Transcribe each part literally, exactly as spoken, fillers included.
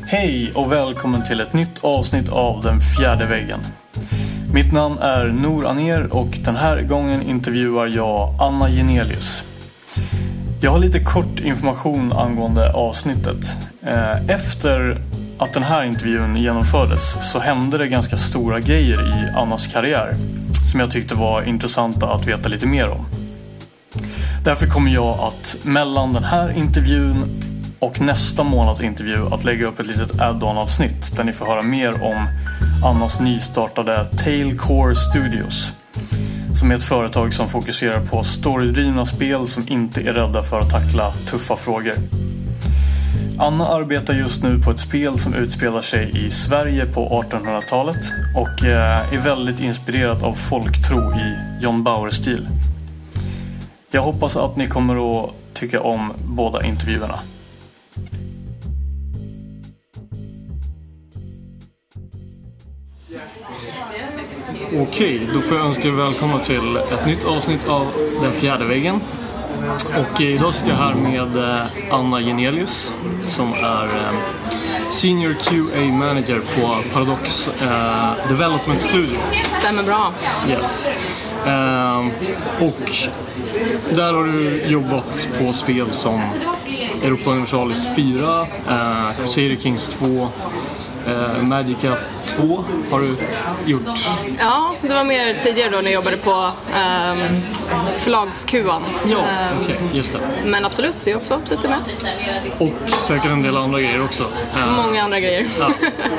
Hej och välkommen till ett nytt avsnitt av Den fjärde väggen. Mitt namn är Nour Aner och den här gången intervjuar jag Anna Genelius. Jag har lite kort information angående avsnittet. Efter att den här intervjun genomfördes så hände det ganska stora grejer i Annas karriär som jag tyckte var intressanta att veta lite mer om. Därför kommer jag att mellan den här intervjun och nästa månads intervju att lägga upp ett litet add-on-avsnitt där ni får höra mer om Annas nystartade Tailcore Studios, som är ett företag som fokuserar på storydrivna spel som inte är rädda för att tackla tuffa frågor. Anna arbetar just nu på ett spel som utspelar sig i Sverige på artonhundratalet och är väldigt inspirerad av folktro i John Bauer-stil. Jag hoppas att ni kommer att tycka om båda intervjuerna. Okej, då får jag önska er välkomna till ett nytt avsnitt av Den fjärde väggen. Och idag sitter jag här med Anna Genelius som är Senior Q A Manager på Paradox uh, Development Studio. Stämmer bra. Yes. Uh, och där har du jobbat på spel som Europa Universalis fyra, uh, Crusader Kings två, uh, Magica två har du gjort. Ja, det var mer tidigare då när jag jobbade på um, förlagskuan. Ja, okej, okay, just det. Men absolut, så jag också suttit med. Och säkert en del andra grejer också. Uh, Många andra grejer. Ja.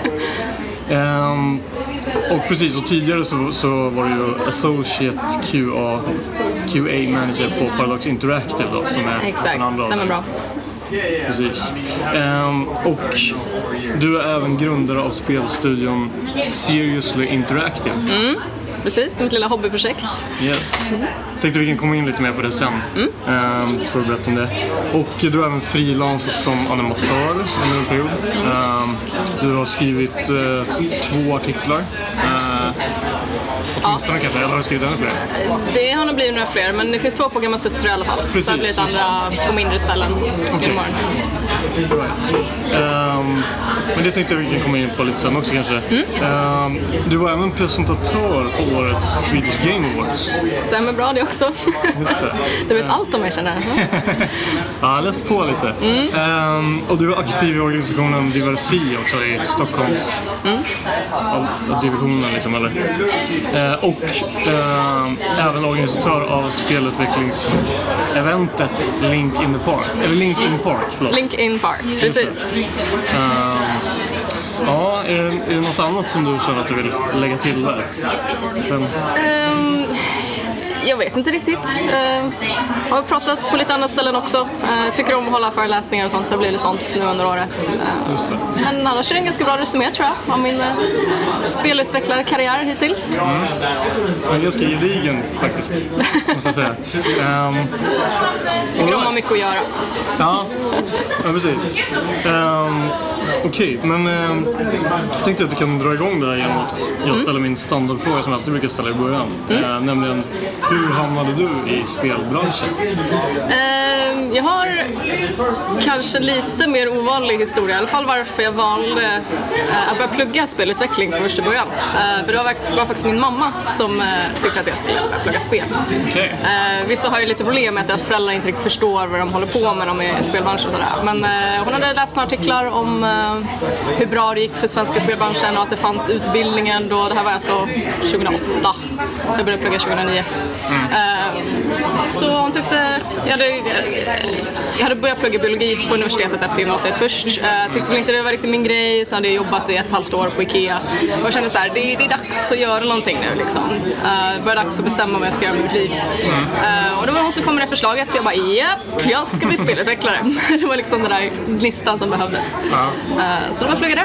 um, och precis, och tidigare så, så var du ju Associate Q A, Q A Manager på Paradox Interactive då, som är exakt, den andra. Stämmer bra. Precis. Um, och du är även grundare av spelstudion Seriously Interactive. Mm, precis, det är mitt lilla hobbyprojekt. Yes. Mm. Tänkte vi kan komma in lite mer på det sen. Mm. Um, för att berätta om det. Och du har även frilansat som animatör under en period. Um, du har skrivit uh, två artiklar. Uh, Åtminstone ja. kanske, eller har du skrivit ännu fler? Det har nog blivit några fler, men det finns två på Gamma Sutra i alla fall. Precis. Så har det blivit andra på mindre ställen okay. genom åren. Right. Um, men det tänkte jag vi kan komma in på lite sen också kanske. Mm. Um, du var även presentatör på årets Swedish Game Awards. Stämmer bra det också. Just det. Du vet allt om mig, känner jag. Ja, läs på lite. Mm. Um, och du är aktiv i organisationen Diversi också i Stockholms mm. av, av divisionen liksom, eller? Uh, och uh, även organisatör av spelutvecklingseventet Link in the Park. Eller Link in Park, förlåt. Link in Park, precis. Uh, ja, är det, är det något annat som du känner att du vill lägga till där? Sen... Um... Jag vet inte riktigt. Uh, jag har pratat på lite andra ställen också. Uh, tycker om att hålla föreläsningar och sånt, så blir det sånt nu under året. Uh, Just det. Men annars är det en ganska bra resumé, tror jag, av min uh, spelutvecklarkarriär hittills. Mm. Men ganska gedigen faktiskt, måste jag säga. Um, tycker om att ha mycket att göra. Ja, ja precis. Um, Okej, okay, men um, jag tänkte att vi kan dra igång det här genom att jag ställer min standardfråga som jag alltid brukar ställa i början. Mm. Uh, nämligen, hur hamnade du i spelbranschen? Uh, jag har kanske lite mer ovanlig historia. I alla fall varför jag valde uh, att börja plugga spelutveckling från första början. Uh, för det var, var faktiskt min mamma som uh, tyckte att jag skulle börja plugga spel. Okay. Uh, vissa har ju lite problem med att deras föräldrar inte riktigt förstår vad de håller på med dem i spelbranschen och sådär. Men uh, hon hade läst några artiklar om uh, hur bra det gick för svenska spelbranschen och att det fanns utbildningen då. Det här var alltså tjugohundraåtta. Jag började plugga tjugohundranio. Mm. Uh, så hon tyckte jag hade, jag hade börjat plugga biologi på universitetet efter gymnasiet först. Uh, tyckte väl inte det var riktigt min grej, så hade jag jobbat i ett halvt år på Ikea och jag kände så här, det, det är dags att göra någonting nu liksom. Uh, det var dags att bestämma vad jag ska göra med mitt liv. Mm. Uh, och då var hon som kom med det förslaget. Jag bara, japp, jag ska bli spelutvecklare. Det var liksom den där gnistan som behövdes. Uh, så då var jag pluggade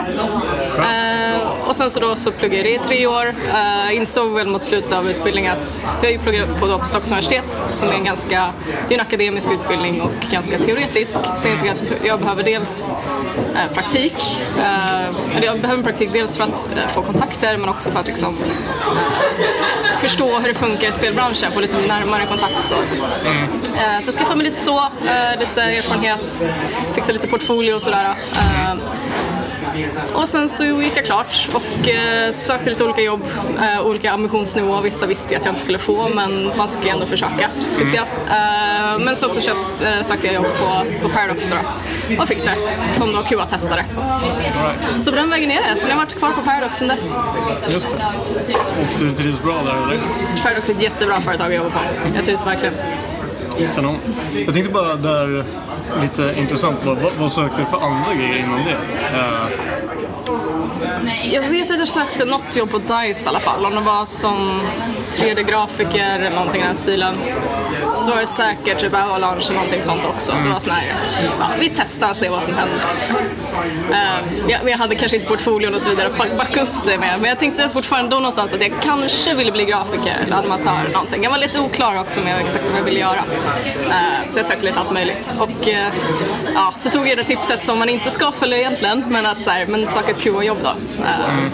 uh, och sen så då så pluggade jag det i tre år. Uh, insåg väl mot slutet av utbildningen att jag har ju pluggat på, då på Stockholms universitet som är en ganska, det är en akademisk utbildning och ganska teoretisk. Så jag insåg att jag behöver dels uh, praktik. Uh, eller jag behöver praktik dels för att uh, få kontakter, men också för att liksom uh, förstå hur det funkar i spelbranschen, få lite närmare kontakt. Så, mm. uh, så jag skaffade mig lite så, uh, lite erfarenhet, fixa lite portfolio och sådär. Uh, Och sen så gick jag klart och eh, sökte lite olika jobb, eh, olika ambitionsnivåer. Vissa visste jag att jag inte skulle få, men man ska ändå försöka, tyckte mm. jag. Eh, men så också köpt, eh, sökte jag jobb på, på Paradox då, och fick det som då Q A-testare. Right. Så på den vägen är det. Sen har jag varit kvar på Paradox sen dess. Just det. Och du trivs bra där, eller? Paradox är ett jättebra företag att jobba på. Jag trivs verkligen. Kanon. Jag tänkte bara där, lite intressant, vad, vad sökte du för andra grejer innan det? Uh. Jag vet att jag sökte något jobb på DICE i alla fall. Om det var som tre D-grafiker eller någonting i den stilen. Så var det säkert typ Avalanche eller någonting sånt också. Mm. Det var sån här, ja, vi testar och ser vad som händer. Uh, jag, jag hade kanske inte portföljen och så vidare att backa upp det med. Men jag tänkte fortfarande då någonstans att jag kanske ville bli grafiker eller animatör eller någonting. Jag var lite oklar också med exakt vad jag ville göra. Uh, så jag sökte lite allt möjligt. Och uh, ja, så tog jag det tipset som man inte ska följa egentligen. Men att så här, men söka ett Q A-jobb då. Uh, mm.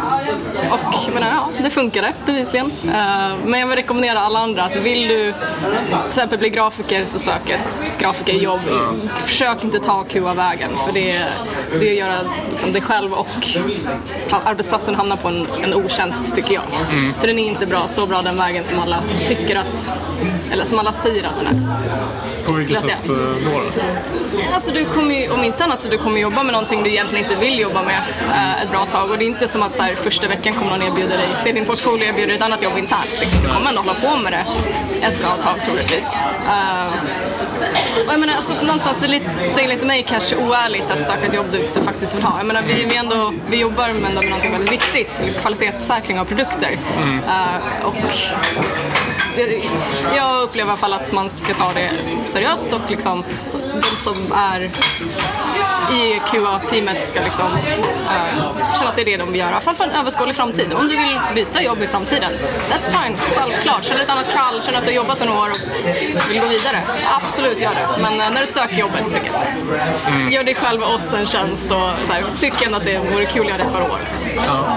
Och men, ja, det funkade bevisligen. Uh, men jag vill rekommendera alla andra att vill du till exempel bli grafiker så sök ett grafikerjobb. Mm. Försök inte ta Q A-vägen för det, det gör liksom, dig själv och arbetsplatsen hamnar på en, en otjänst tycker jag. Mm. För den är inte bra, så bra den vägen som alla tycker att, eller som alla säger att den är. På vilket sätt då? Alltså du kommer ju, om inte annat så du kommer jobba med någonting du egentligen inte vill jobba med äh, ett bra tag. Och det är inte som att så här, första veckan kommer någon erbjuda dig, se din portfolio erbjuder ett annat jobb internt. Liksom. Du kommer ändå hålla på med det ett bra tag troligtvis. Uh, och jag menar, alltså, någonstans är det lite, lite mig kanske oärligt att söka ett jobb du inte faktiskt vill ha. Jag menar, vi, vi, ändå, vi jobbar med, med någonting väldigt viktigt, kvalitetssäkring av produkter. Mm. Uh, och det, jag upplever i alla fall att man ska ta det seriöst och liksom, de som är i Q A-teamet ska liksom, uh, känna att det är det de vill göra. I alla fall för en överskådlig framtid. Om du vill byta jobb i framtiden, that's fine, självklart. Känner ett annat kall, känner att du har jobbat några år och vill gå vidare. Absolut, gör det. Men uh, när du söker jobbet så tycker jag så här, mm. gör dig själv och oss en tjänst och så här, tycker ändå att det vore kul att göra det ett par år. Ja.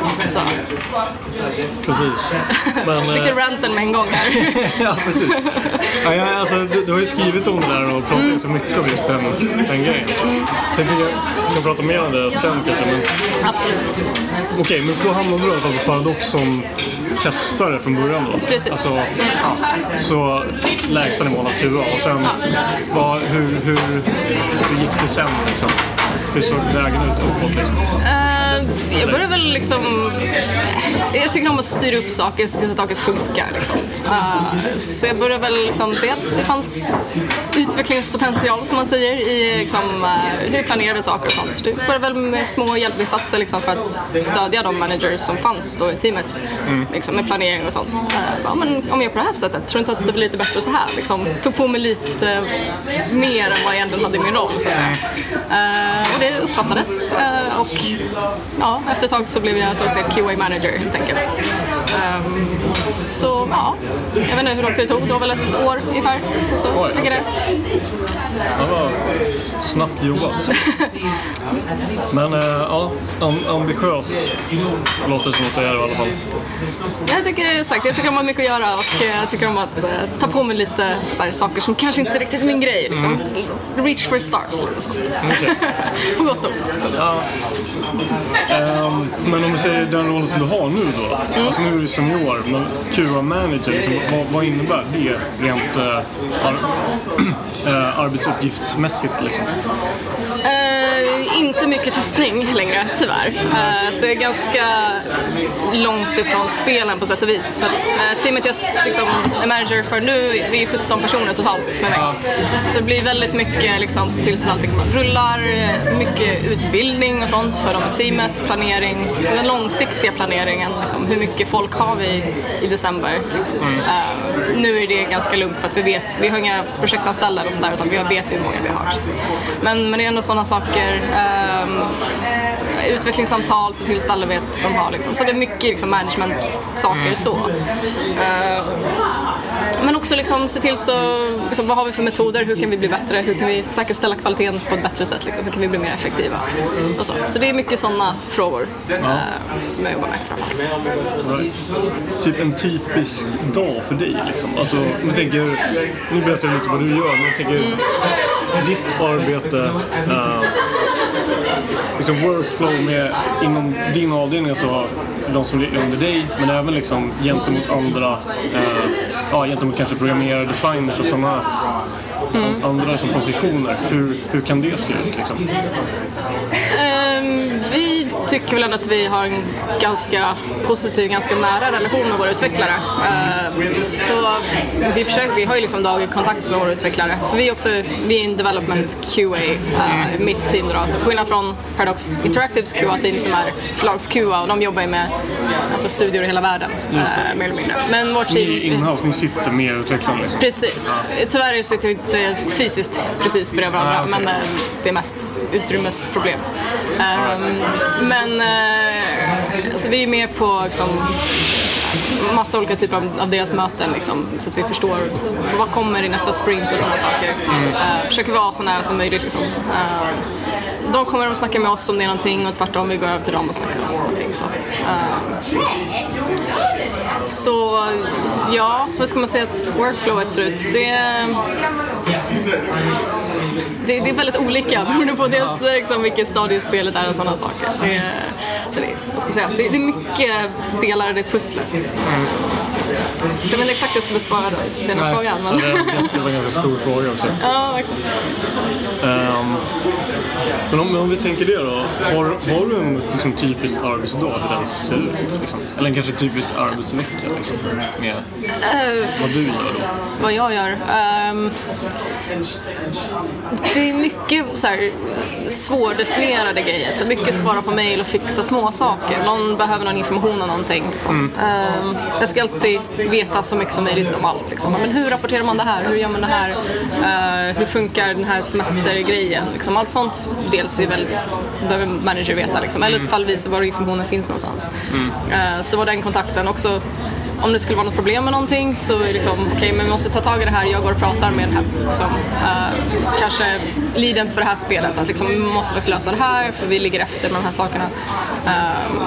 Precis. Men, fick du ranten med en gång här. Ja, precis. Ja, ja, alltså, du, du har ju skrivit om det där och pratat mm. så mycket om just den, den grejen. Mm. Jag tänkte jag kan prata mer om det sen kanske. Men... Absolut. Okej, okay, men så då hamnade du på Paradox som testare från början då? Precis. Alltså, ja, så lägsta nivån av Q A och sen ja. vad, hur, hur, hur gick det sen liksom? Hur såg vägen ut uppåt liksom? Uh, jag började väl liksom... Jag tycker om att styra upp saker så att saker funkar liksom. Uh, så jag började väl liksom se att det fanns utvecklingspotential som man säger i liksom, uh, hur planerade saker och sånt. Så det började väl med små hjälpinsatser liksom, för att stödja de managers som fanns då i teamet mm. liksom, med planering och sånt. Uh, ja, men om jag gör på det här sättet, tror inte att det blir lite bättre så här. Liksom, tog på mig lite uh, mer än vad jag egentligen hade i min roll så att säga. Uh, och det uppfattades uh, och ja, efter ett tag så blev jag associate Q A manager helt enkelt. Um, så ja, jag vet inte hur långt det tog, det var väl ett år ungefär. Så, så Oj, fick jag det. Det var snabbt jobbat. Men äh, ja, ambitiös låter det som att det är i alla fall. Jag tycker det är sagt, jag tycker om att ha mycket att göra och jag tycker om att äh, ta på mig lite så här, saker som kanske inte riktigt är min grej. Liksom. Mm. Reach for stars, lite så. Okay. På gott och ont. Ja. Um, men om du säger den rollen som du har nu då, mm. alltså nu är du senior, men Q A-manager, liksom, vad, vad innebär det rent äh, ar- äh, arbetsuppgiftsmässigt liksom? Uh, inte mycket testning längre, tyvärr. Uh, så jag är ganska långt ifrån spelen på sätt och vis. För att uh, teamet jag liksom, är manager för nu, vi är sjutton personer totalt med mig. Ja. Så det blir väldigt mycket liksom, så tills allting rullar, mycket utbildning och sånt för de teamet, planering, så den långsiktiga planeringen, liksom, hur mycket folk har vi i december. Liksom. Mm. Uh, nu är det ganska lugnt för att vi vet, vi har inga projektanställda och sådär, utan vi vet hur många vi har. Men, men det är ändå sådana saker, um, utvecklingssamtal, så tills alla vet vad de har. Liksom. Så det är mycket liksom, management-saker mm. så. Uh, men också liksom, se till så, liksom, vad har vi för metoder, hur kan vi bli bättre, hur kan vi säkerställa kvaliteten på ett bättre sätt, liksom. Hur kan vi bli mer effektiva och så. Så det är mycket sådana frågor ja. uh, som jag jobbar med framförallt. Right. Typ en typisk dag för dig liksom. Alltså, jag tänker, nu berättar jag lite vad du gör, men jag tänker mm. ditt arbete uh, liksom workflow med inom din avdelning, alltså de som är under dig, men även liksom gentemot andra, eh, ja, gentemot kanske programmerare, designers och sådana mm. andra som positioner. Hur, hur kan det se ut liksom? Um, vi tycker väl ändå att vi har en ganska positiv, ganska nära relation med våra utvecklare. Uh, så vi försöker, vi har ju liksom daglig kontakt med våra utvecklare. För vi är också, vi är en development Q A, uh, mitt team då. Till skillnad från Paradox Interactives Q A-team som är förlags-Q A, och de jobbar ju med alltså, studior i hela världen. Uh, mer eller mindre. Men vårt team... Ni är inhouse, ni sitter med utvecklare liksom. Precis. Ja. Tyvärr sitter vi inte fysiskt precis bredvid varandra, ah, okay. men uh, det är mest utrymmesproblem. Um, men uh, alltså vi är med på liksom, massa olika typer av, av deras möten liksom, så att vi förstår vad kommer i nästa sprint och sådana saker. Mm. Uh, försöker vara så nära som möjligt liksom. Uh, de kommer att snacka med oss om det är någonting, och tvärtom vi går över till dem och snackar om någonting. Så, uh, så ja, vad ska man säga att workflowet ser ut? Det Det, det är väldigt olika beroende på dels liksom, vilket stadie spelet är och sådana saker. Det är, det, är, vad ska man säga, det, det är mycket delar i det pusslet. Mm. Så jag vet inte exakt jag ska besvara den, den här frågan. Men... det skulle vara en ganska stor fråga också. Ja, verkligen. Um, men om, om vi tänker det då, har, har du en liksom, typisk arbetsdag hur den ser ut? Liksom? Eller en kanske typisk arbetsvecka liksom, med uh, vad du gör då? Vad jag gör? Um, det är mycket så här, svårdefinierade grejer. Så mycket svara på mejl och fixa små saker. Någon behöver någon information om någonting. Liksom. Mm. Um, jag ska alltid veta så mycket som möjligt om allt. Liksom. Men hur rapporterar man det här? Hur gör man det här? Uh, hur funkar den här semestergrejen? Liksom. Allt sånt dels är väldigt, behöver manager veta. Liksom. Eller ifall visar var informationen finns någonstans. Mm. Uh, så var den kontakten också. Om det skulle vara något problem med någonting så är det liksom, okej, okay, men vi måste ta tag i det här. Jag går och pratar med den här, liksom, uh, kanske leaden för det här spelet. Att liksom, vi måste faktiskt lösa det här för vi ligger efter med de här sakerna. Uh,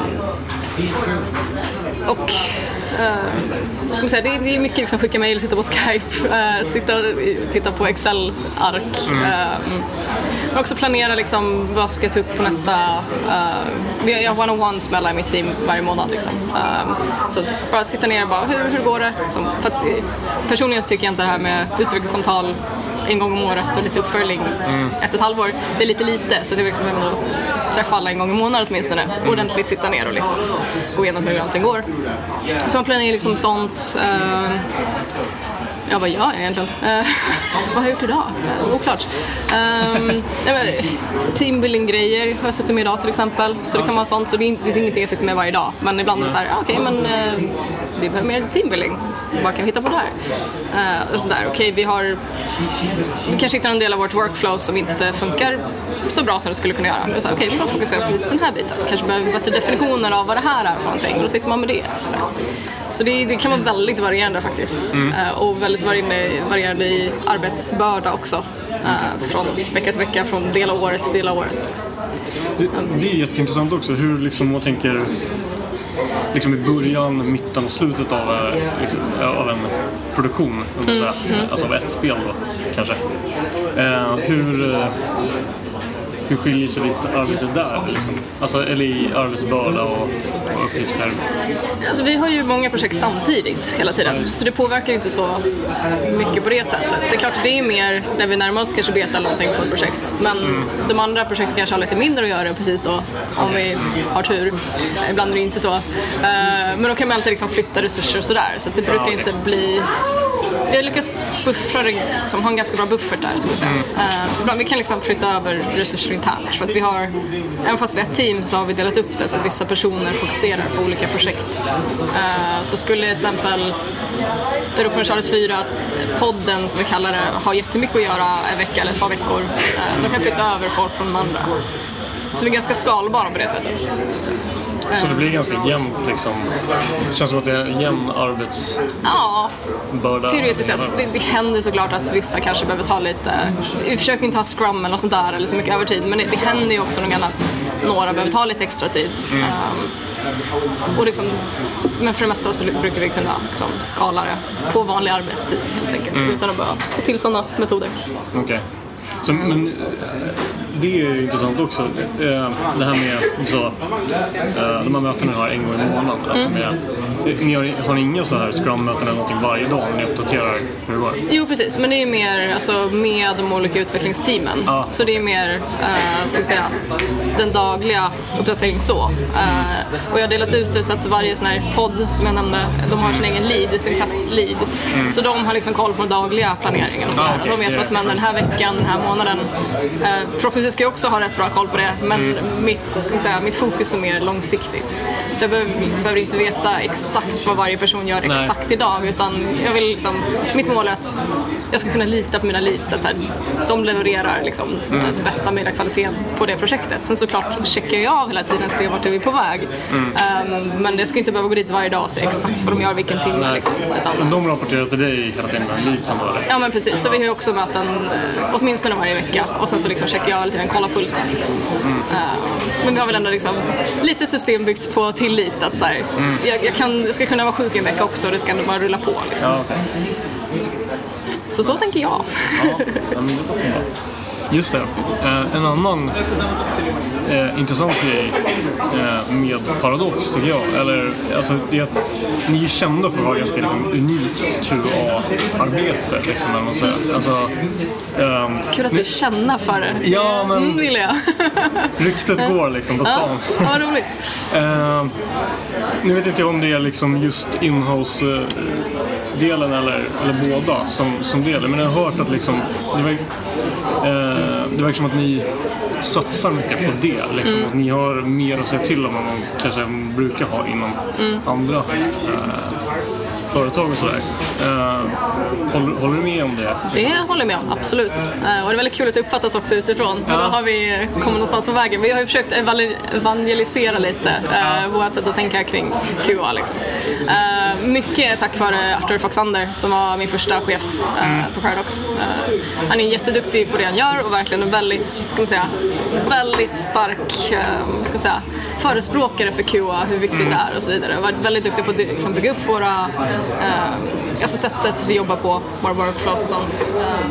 och uh, ska man säga, det, är, det är mycket liksom, skicka mejl, sitta på Skype, uh, sitta och titta på Excel-ark. Mm. Uh, men också planera liksom, vad ska jag ta upp på nästa... Uh, jag har one-on-ones med alla i mitt team varje månad. Liksom. Uh, så bara sitta ner och bara, hur, hur går det? Liksom, för att, personligen tycker jag inte det här med utvecklingssamtal en gång om året och lite uppföljning mm. efter ett halvår, det är lite lite. Så jag liksom ändå träffa alla en gång i månaden åtminstone. Mm. Ordentligt sitta ner och liksom, gå igenom hur allting går. Så man planerar liksom sånt... Uh, Ja, vad gör jag egentligen? Uh, vad har jag gjort idag? Uh, oklart. Um, Teambuilding-grejer har jag suttit med idag till exempel. Så det kan vara sånt. Och det är, det är ingenting jag sitter med varje dag. Men ibland är det så här, okej, okay, men uh, vi behöver mer teambuilding. Vad kan vi hitta på där? Uh, och sådär, okej, okay, vi har... Vi kanske hittar en del av vårt workflow som inte funkar så bra som det skulle kunna göra. Okej, okay, vi får fokusera på just den här biten. Kanske behöver bättre definitioner av vad det här är för någonting. Och då sitter man med det. Så, så det, det kan vara väldigt varierande faktiskt. Mm. Uh, och väldigt varierande, varierande i arbetsbörda också. Uh, från vecka till vecka, från del av året till del av året. Liksom. Det, det är jätteintressant också. Hur liksom, man tänker liksom i början, mitten och slutet av, liksom, av en produktion. Mm. Mm. Alltså av ett spel då, kanske. Uh, hur... Uh, Hur skiljer sig ditt arbete där? Liksom? Alltså, eller i arbetsbörda och, och uppgifter? Alltså, vi har ju många projekt samtidigt hela tiden. Ja, så det påverkar inte så mycket på det sättet. Det är klart att det är mer när vi närmar oss kanske beta eller någonting på ett projekt. Men mm. de andra projekten kanske har lite mindre att göra precis då. Om vi har tur. Ibland är det inte så. Men då kan man alltid liksom flytta resurser och sådär. Så att det brukar ja, okay. inte bli... Vi har lyckats buffra det, som har en ganska bra buffert där, skulle jag säga. Mm. Uh, så vi kan liksom flytta över resurser internt. För att vi har, även fast vi är ett team så har vi delat upp det så att vissa personer fokuserar på olika projekt. Uh, så skulle till exempel Europa Universalis fyra, podden som vi kallar det, ha jättemycket att göra en vecka eller ett par veckor. Uh, då kan flytta över folk från de andra. Så vi är ganska skalbara på det sättet. Så. Så det blir ganska jämnt liksom. Det känns som att det är en jämn arbetsbörda. Ja, teoretiskt sett. Det, det händer såklart att vissa kanske behöver ta lite... Vi försöker inte ha scrum eller något sånt där eller så mycket övertid. Men det, det händer ju också någon att några behöver ta lite extra tid. Mm. Um, och liksom, men för det mesta så brukar vi kunna liksom, skala det på vanlig arbetstid helt enkelt. Mm. Utan att behöva ta till sådana metoder. Okej. Okay. Så, men det är ju intressant också. Eh, det här med så, eh, de här mötena har en gång i månaden. Alltså med, ni har, har ni inga så här scrum-möten eller någonting varje dag när ni uppdaterar hur det går? Jo, precis. Men det är ju mer alltså, med de olika utvecklingsteamen. Ja. Så det är mer, eh, ska vi säga, den dagliga uppdateringen så. Eh, och jag har delat ut det så att varje sån här podd som jag nämnde, de har sin egen lead, sin testlead. Mm. Så de har liksom koll på den dagliga planeringen och så ah, okay. De vet yeah. vad som händer den här veckan, den här månaden. Eh, förhoppningsvis ska jag också ha rätt bra koll på det, men mm. mitt, ska vi säga, mitt fokus är mer långsiktigt. Så jag behöver, behöver inte veta exakt vad varje person gör Nej. exakt idag, utan jag vill liksom, mitt mål är att jag ska kunna lita på mina leads, så att här, de levererar liksom mm. det bästa möjliga kvaliteten på det projektet. Sen såklart checkar jag av hela tiden och ser vart är vi på väg. Mm. Um, men det ska inte behöva gå dit varje dag och se exakt vad de gör, vilken timme liksom. Men de rapporterar till dig hela tiden, leadsen då, eller? Ja, men precis. Så vi har ju också möten uh, åtminstone varje vecka. Och sen så liksom checkar jag hela tiden, kollar pulsen. Liksom. Mm. Uh, men vi har väl ändå liksom lite system byggt på tillit. Att så här, mm. jag, jag, kan, jag ska kunna vara sjuk en vecka också, det ska ändå bara rulla på. Liksom. Ja, okay. Så så tänker jag. Ja, men det låter bra. Just det. Eh, en annan eh, intressant grej eh, med Paradox tycker jag, eller alltså det är att ni är kända för att vara ganska liksom, unikt Q A-arbete liksom, eller man säger. Alltså, ehm, kul att vi känner för det. Ja, men mm, vill jag. ryktet går liksom på stan. Ja, vad roligt. eh, nu vet inte jag om det är liksom just in-house eh, delen eller, eller båda som, som del, men jag har hört att liksom det var, eh, det verkar som att ni satsar mycket på det liksom, mm. att ni har mer att säga till om än man kanske brukar ha inom mm. andra eh, företag och sådär. Uh, håller, håller du med om det? Det håller jag med om, absolut. Uh, och det är väldigt kul att det uppfattas också utifrån. Ja. Och då har vi kommit någonstans på vägen. Vi har ju försökt evangelisera lite uh, vårt sätt att tänka kring Q A. Liksom. Uh, mycket tack vare Arthur Foxander som var min första chef uh, mm. på Paradox. Uh, han är jätteduktig på det han gör och verkligen en väldigt, ska man säga, väldigt stark uh, ska man säga, förespråkare för Q A, hur viktigt mm. det är och så vidare. Och varit väldigt duktig på att liksom, bygga upp våra Uh, alltså sättet vi jobbar på, våra workflows och sånt.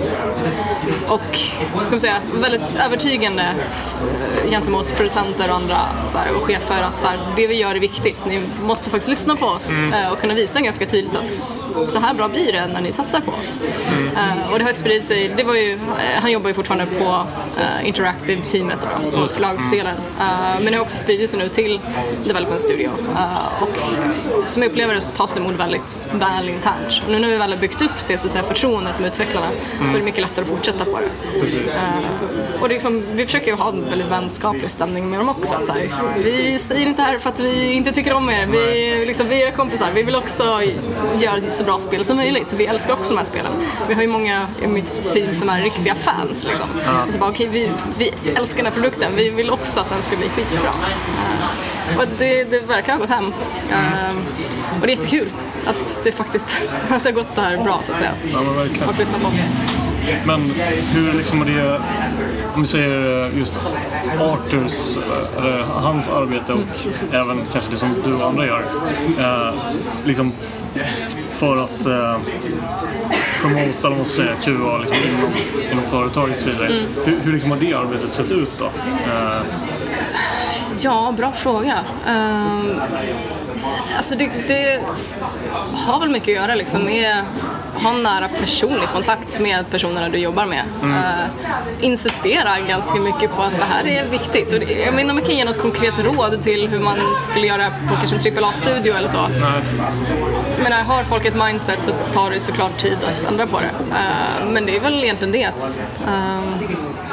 Uh, och ska man säga, väldigt övertygande uh, gentemot producenter och andra så här, och chefer att så här, det vi gör är viktigt. Ni måste faktiskt lyssna på oss mm. uh, och kunna visa ganska tydligt att så här bra blir det när ni satsar på oss. Mm. Uh, och det har spridit sig, det var ju, uh, han jobbar ju fortfarande på uh, Interactive-teamet då, på förlagsdelen. Uh, men det har också spridit sig nu till Development Studio. Uh, och som jag upplever det så tas det emot väldigt väl internt. Och nu när vi väl har byggt upp till så att säga, förtroendet med utvecklarna mm. så är det mycket lättare att fortsätta på det. Uh, och det är liksom, vi försöker ju ha en väldigt vänskaplig stämning med dem också. Att så här, vi säger inte här för att vi inte tycker om er. Vi, liksom, vi är era kompisar. Vi vill också göra så bra spel som möjligt. Vi älskar också de här spelen. Vi har ju många i mitt team som är riktiga fans. Liksom. Ja. Så bara, okay, vi, vi älskar den här produkten. Vi vill också att den ska bli skitbra. Uh, och det, det verkar ha gått hem. Uh, och det är jättekul att det faktiskt att det har gått så här bra så att säga. Ja, men verkligen. Och lyssna på oss. Men hur liksom är det, om vi säger just Arthurs, eller hans arbete och mm. även kanske det som du och andra gör, eh, liksom för att eh, promota, eller måste säga, Q A liksom inom, inom företaget och så vidare. Mm. Hur, hur liksom har det arbetet sett ut då? Eh. Ja, bra fråga. Um... Alltså det, det har väl mycket att göra liksom med att ha nära personlig kontakt med personerna du jobbar med. Mm. Uh, insistera ganska mycket på att det här är viktigt. Och det, jag menar, man kan ge något konkret råd till hur man skulle göra på kanske en trippel A-studio eller så. Nej. Men när har folk ett mindset så tar det såklart tid att ändra på det. Uh, men det är väl egentligen det att uh,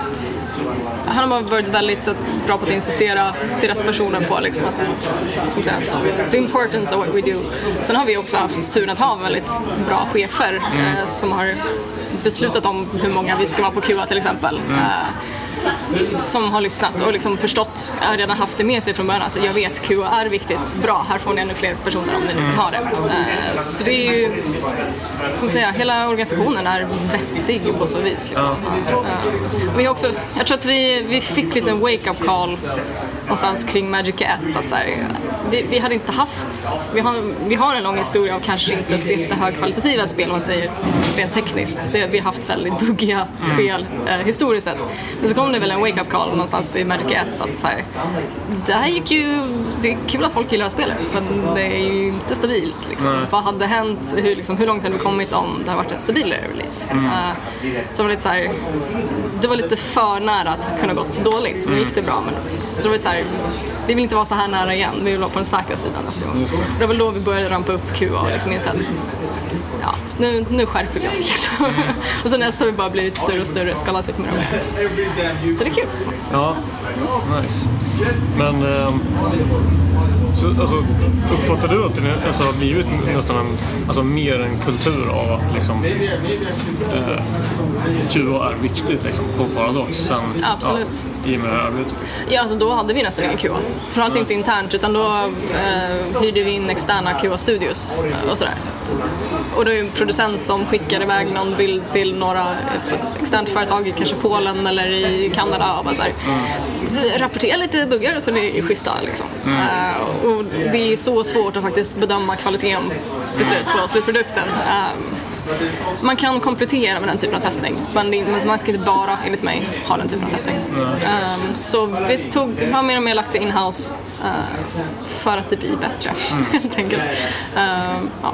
han har varit väldigt så, bra på att insistera till rätt personer på liksom, att, ska säga, the importance of what we do. Sen har vi också haft turen att ha väldigt bra chefer mm. eh, som har beslutat om hur många vi ska vara på Q A till exempel. Mm. Eh, som har lyssnat och liksom förstått, jag har redan haft det med sig från början att jag vet Q A är viktigt, bra, här får ni ännu fler personer om ni vill ha det. Uh, så det är ju, ska man säga, hela organisationen är vettig på så vis liksom. Uh, vi har också, jag tror att vi, vi fick lite en wake-up call någonstans kring Magic ett att så här, vi, vi hade inte haft, vi har, vi har en lång historia av kanske inte så jättehögkvalitativa spel om man säger rent tekniskt. Det, vi har haft väldigt buggiga spel uh, historiskt sett. Men så kom kom det väl en wake-up call någonstans vid märke ett att så här, det här gick ju, det är kul att folk gillar spelet, men det är ju inte stabilt liksom. Vad hade hänt, hur, liksom, hur långt hade vi kommit om det hade varit en stabilare release? Mm. Uh, så det var lite så här, det var lite för nära att kunna gått dåligt. Nu gick det bra, men också. Så det var lite så här, vi vill inte vara så här nära igen, vi vill vara på den säkra sidan nästa gång. Det. det var väl då vi började rampa upp Q A och liksom insett, ja, nu, nu skärper vi oss liksom. Och sen så har vi bara blivit större och större, skalat upp med dem. Så det är kul. Ja, nice. Men ähm, så, alltså, uppfattar du att det alltså, har blivit nästan en, alltså, mer en kultur av att liksom, äh, Q A är viktigt liksom, på Paradox sen, absolut. Ja, i och med det här arbetet? Ja, alltså då hade vi nästan ingen Q A. Framförallt inte internt, utan då eh, hyrde vi in externa Q A-studios och sådär. Och då är det en producent som skickar iväg någon bild till några externt företag i kanske Polen eller i Kanada och bara så här, så rapportera lite buggar så det är schyssta liksom. Mm. Uh, och det är så svårt att faktiskt bedöma kvaliteten till slut på slutprodukten. Uh, man kan komplettera med den typen av testning, men man ska inte bara, enligt mig, ha den typen av testning. Mm. Um, så vi tog, har mer och mer lagt det in-house uh, för att det blir bättre, mm. helt enkelt. Uh, ja.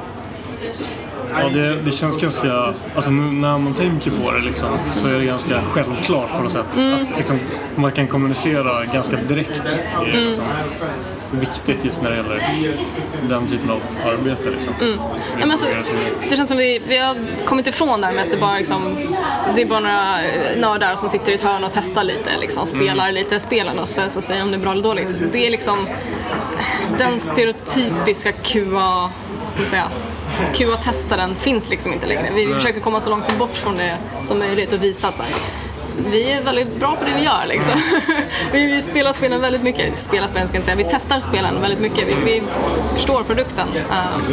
Ja, det, det känns ganska, alltså nu, när man tänker på det liksom, så är det ganska självklart på något sätt mm. att liksom, man kan kommunicera ganska direkt. Det är liksom mm. viktigt just när det gäller den typen av arbete liksom. Mm. Det, ja, men alltså, det känns som vi, vi har kommit ifrån där med att det bara liksom, det är bara några nördar som sitter i ett hörn och testar lite liksom, spelar mm. lite spelen och sen så säger om det är bra eller dåligt. Det är liksom den stereotypiska Q A, ska vi säga, Q A-testaren finns liksom inte längre. Vi försöker komma så långt bort från det som möjligt och visa att så här, vi är väldigt bra på det vi gör liksom. vi, vi spelar spelen väldigt mycket. Spelar spelen ska jag inte säga. Vi testar spelen väldigt mycket. Vi, vi förstår produkten. Uh,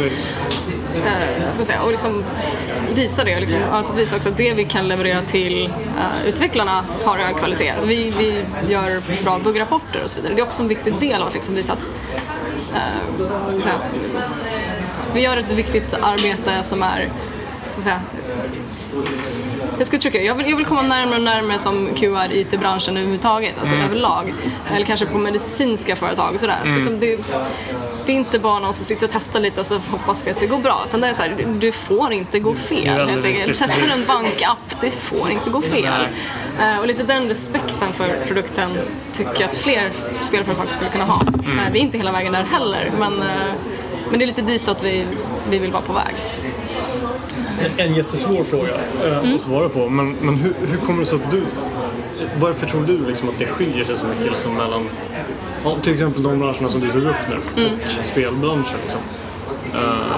uh, ska man säga. Och liksom visa det. Liksom, att visa också att det vi kan leverera till uh, utvecklarna har hög kvalitet. Vi, vi gör bra buggrapporter och så vidare. Det är också en viktig del av att liksom visa att uh, ska man säga, vi gör ett viktigt arbete som är, ska man säga, jag skulle trycka, jag vill, jag vill komma närmare och närmare som Q R I T-branschen överhuvudtaget, alltså mm. överlag. Eller kanske på medicinska företag och sådär. Mm. Liksom det, det är inte bara någon som sitter och testar lite och så hoppas vi att det går bra. Utan det är så här, du får inte gå fel. Testar du en bankapp, det får inte gå fel. Uh, och lite den respekten för produkten tycker jag att fler spelföretag skulle kunna ha. Mm. Uh, vi är inte hela vägen där heller, men, uh, men det är lite ditåt vi, vi vill vara på väg. En jättesvår fråga eh, mm. att svara på, men, men hur, hur kommer det sig att du, varför tror du liksom att det skiljer sig så mycket liksom mellan, ja, till exempel de branscherna som du tog upp nu mm. och spelbranschen liksom? Uh.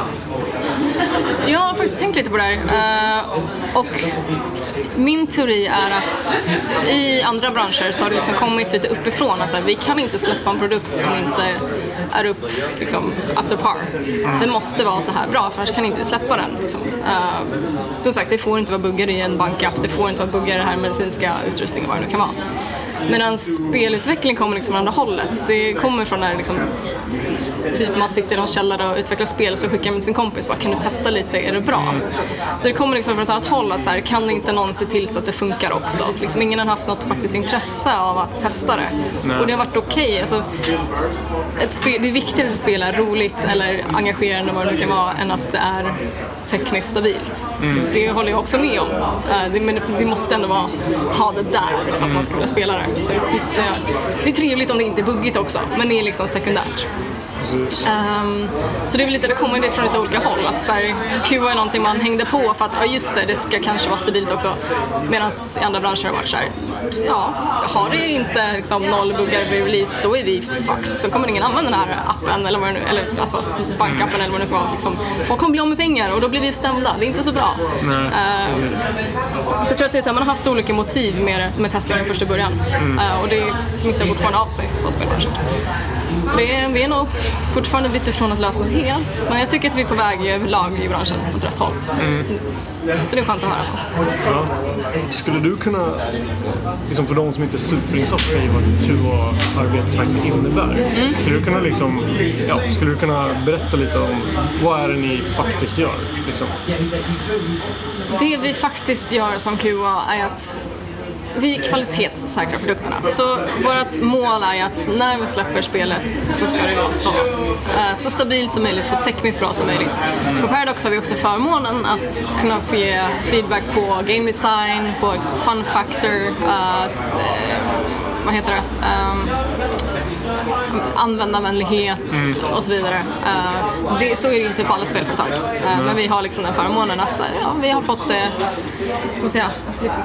Jag har faktiskt tänkt lite på det här uh, och min teori är att i andra branscher så har det liksom kommit lite uppifrån att så här, vi kan inte släppa en produkt som inte är upp liksom, up to par. Mm. Det måste vara så här bra, för annars kan inte vi släppa den. Liksom. Uh, som sagt, det får inte vara buggar i en bankapp, det får inte vara buggar i den här medicinska utrustningen, vad det nu kan vara. Medan spelutveckling kommer liksom från andra hållet. Det kommer från när liksom, typ man sitter i någon källare och utvecklar spel, så skickar man sin kompis bara, kan du testa lite, är det bra? Så det kommer liksom från ett annat håll att så här, kan inte någon se till så att det funkar också? Liksom, ingen har haft något faktiskt intresse av att testa det. Nej. Och det har varit okej. Okay. Alltså, det är viktigt att spela roligt eller engagerande, vad det nu kan vara, än att det är tekniskt stabilt. Mm. Det håller jag också med om. Det, men det måste ändå vara, ha det där för att man ska vilja spela det. Så det, det är trevligt om det inte är buggigt också, men det är liksom sekundärt. Um, så det är väl lite, det kommer det från lite olika håll att så här, Q A är någonting man hängde på för att ja just det, det ska kanske vara stabilt också, medan i andra branscher har varit så här, ja, har det inte liksom noll buggar vid release, då är vi fucked, då kommer ingen använda den här appen eller vad det nu, eller alltså bankappen eller vad det nu kan vara liksom. Folk kommer bli av med pengar och då blir vi stämda, det är inte så bra. Uh, så jag tror att det är så här, man har haft olika motiv med, med testningen först i början uh, och det smittar fortfarande av sig på spelbranschen. Det är, vi är nog fortfarande lite från att lösa helt, men jag tycker att vi är på väg överlag i branschen på rätt håll. Mm. Så det är skönt att höra. Ja. Skulle du kunna, liksom för de som inte är superinsatta i vad Q A-arbetet faktiskt innebär, mm. skulle du kunna liksom, ja, skulle du kunna berätta lite om vad är det ni faktiskt gör? Liksom? Det vi faktiskt gör som Q A är att vi kvalitetssäkrar produkterna. Så vårt mål är att när vi släpper spelet så ska det vara så, eh, så stabilt som möjligt, så tekniskt bra som möjligt. På Paradox har vi också förmånen att kunna få ge feedback på game design, på fun factor, uh, eh, vad heter det? Um, användarvänlighet mm. och så vidare. Uh, det, så är det ju inte på alla spelföretag. Uh, mm. Men vi har liksom den förmånen att så här, ja, vi har fått det, ska man säga,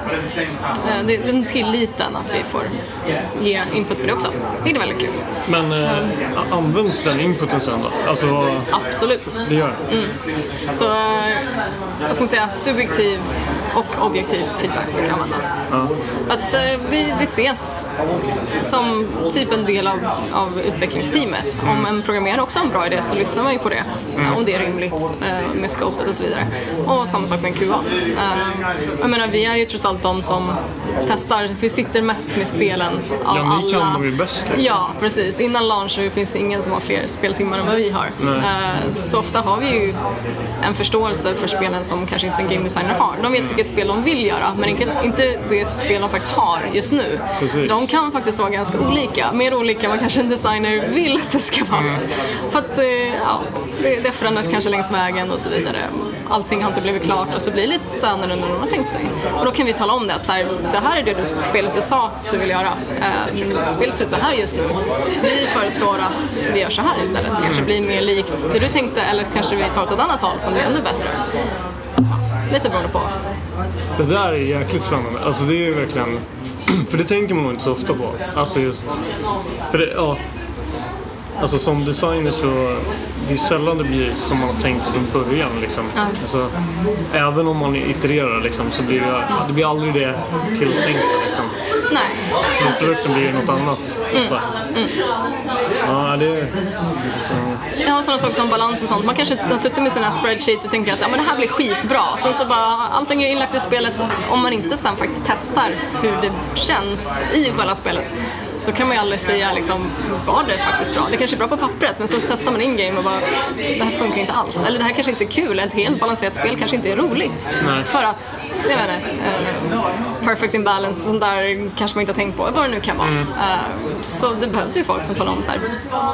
uh, det, den tilliten att vi får ge input på det också. Det är väldigt kul. Men uh, um, används den inputen sen då? Alltså, absolut. Det gör mm. Så, uh, vad ska man säga, subjektiv och objektiv feedback kan användas. Uh. Att, uh, vi, vi ses som typ en del av, av utvecklingsteamet. Om en programmerare också har en bra idé så lyssnar man ju på det. Mm. Om det är rimligt eh, med scopet och så vidare. Och samma sak med en Q A. Eh, jag menar, vi är ju trots allt de som testar. Vi sitter mest med spelen av ja, alla. Ja, ni kan de ju bäst. Liksom. Ja, precis. Innan launch så finns det ingen som har fler speltimmar än vad vi har. Eh, så ofta har vi ju en förståelse för spelen som kanske inte en game designer har. De vet vilket spel de vill göra, men inte det spel de faktiskt har just nu. Precis. De kan faktiskt vara ganska olika. Mer olika än vad kanske en designer vill att det ska vara. Mm. För att ja, det, det förändras kanske längs vägen och så vidare. Allting har inte blivit klart och så blir det lite annorlunda än man har tänkt sig. Och då kan vi tala om det att så här, det här är det du, spelet du sa att du vill göra. Eh, spelet ser ut så här just nu. Vi föreslår att vi gör så här istället. Så kanske blir mer likt det du tänkte, eller kanske vi tar åt ett annat håll som blir ännu bättre. Ja, lite beroende på. Det där är jäkligt spännande. Alltså det är verkligen... För det tänker man nog inte så ofta på. Alltså just... För det, ja... Alltså som designer så... Det är sällan det blir som man har tänkt från början liksom. Ja. Alltså, även om man itererar liksom, så blir det... Det blir aldrig det tilltänkta liksom. Nej. Så produkten blir något annat mm. ofta. Mm. Ja, det är spännande. Jag har sådana saker som balans och sånt. Man kanske har suttit med sina spreadsheets och tänker att ja, men det här blir skitbra. Sen så bara, allting är inlagt i spelet. Om man inte sen faktiskt testar hur det känns i själva spelet, då kan man ju aldrig säga liksom, var det faktiskt bra. Det kanske är bra på pappret, men så testar man in game och bara, det här funkar inte alls. Eller det här kanske inte är kul, ett helt balanserat spel kanske inte är roligt. Nej. För att, jag vet inte, uh, perfect imbalance och sånt där kanske man inte har tänkt på, vad det nu kan vara. Mm. Uh, så det behövs ju folk som talar om så här,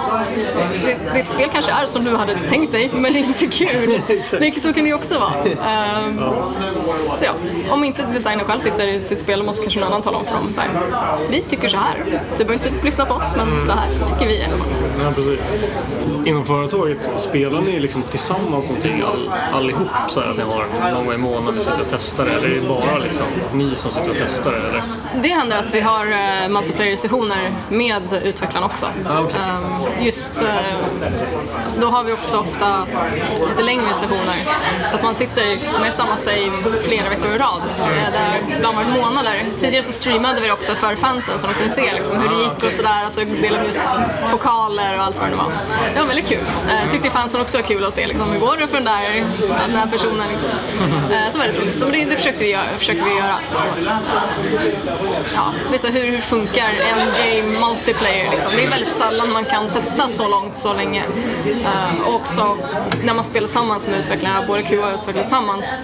ditt spel kanske är som du hade tänkt dig, men det är inte kul. Det, så kan det ju också vara. Uh, så ja, om inte designer själv sitter i sitt spel, måste kanske någon annan tala om för dem. Så här, vi tycker så här. Du behöver inte lyssna på oss, men mm. så här tycker vi. Ja, precis. Inom företaget spelar ni liksom tillsammans någonting all, allihop så här, att ni har någon gång i månaden sitter och testar, eller är det bara liksom ni som sitter och testar eller? Det händer att vi har uh, multiplayer-sessioner med utvecklarna också. Ah, okay. um, just uh, då har vi också ofta lite längre sessioner så att man sitter med samma save flera veckor i rad. Uh, där ibland var det månader. Tidigare så streamade vi också för fansen så de kunde se liksom, hur det gick och sådär, alltså delade ut pokaler och allt vad det var. Det var väldigt kul. Jag tyckte fansen också var kul att se liksom, hur går det för den där, den här personen liksom. Så var det roligt. Så det, det försökte vi göra, försöker vi göra. Så att, ja, visa hur, hur funkar en game multiplayer liksom. Det är väldigt sällan man kan testa så långt så länge. Och också när man spelar tillsammans med utvecklarna, både Q A och utvecklare tillsammans,